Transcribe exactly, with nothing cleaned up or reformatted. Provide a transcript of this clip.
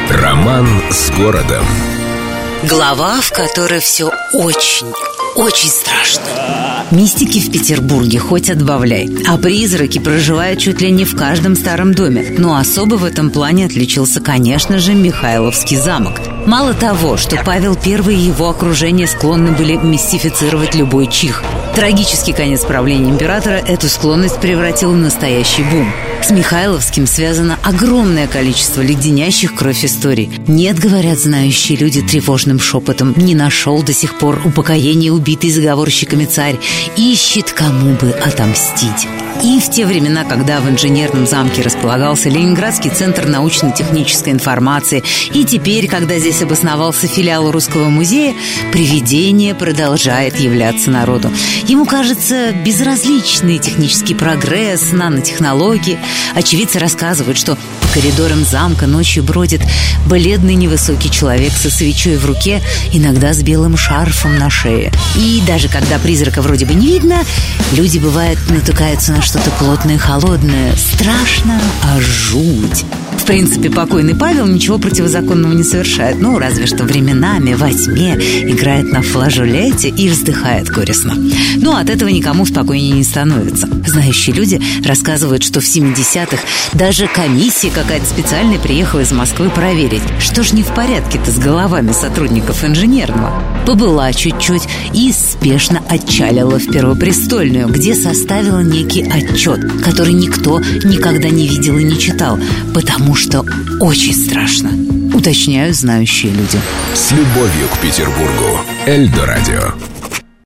Роман с городом. Глава, в которой все очень, очень страшно. Мистики в Петербурге хоть отбавляй, а призраки проживают чуть ли не в каждом старом доме. Но особо в этом плане отличился, конечно же, Михайловский замок. Мало того, что Павел Первый и его окружение склонны были мистифицировать любой чих, трагический конец правления императора эту склонность превратил в настоящий бум. С Михайловским связано огромное количество леденящих кровь историй. Нет, говорят знающие люди тревожным шепотом, не нашел до сих пор упокоения убитый заговорщиками царь, ищет, кому бы отомстить. И в те времена, когда в инженерном замке располагался Ленинградский центр научно-технической информации, и теперь, когда здесь обосновался филиал Русского музея, привидение продолжает являться народу. Ему кажется безразличный технический прогресс, нанотехнологии. Очевидцы рассказывают, что по коридорам замка ночью бродит бледный невысокий человек со свечой в руке, иногда с белым шарфом на шее. И даже когда призрака вроде бы не видно, люди, бывает, натыкаются на что-то плотное и холодное. Страшно, а жуть. В принципе, покойный Павел ничего противозаконного не совершает. Ну, разве что временами во тьме играет на флажолете и вздыхает горестно. Но от этого никому спокойнее не становится. Знающие люди рассказывают, что в семидесятых даже комиссия какая-то специальная приехала из Москвы проверить, что ж не в порядке-то с головами сотрудников инженерного. Побыла чуть-чуть и спешно отчалила в Первопрестольную, где составила некий отчет, который никто никогда не видел и не читал, потому что очень страшно, уточняют знающие люди. С любовью к Петербургу. Эльдо радио.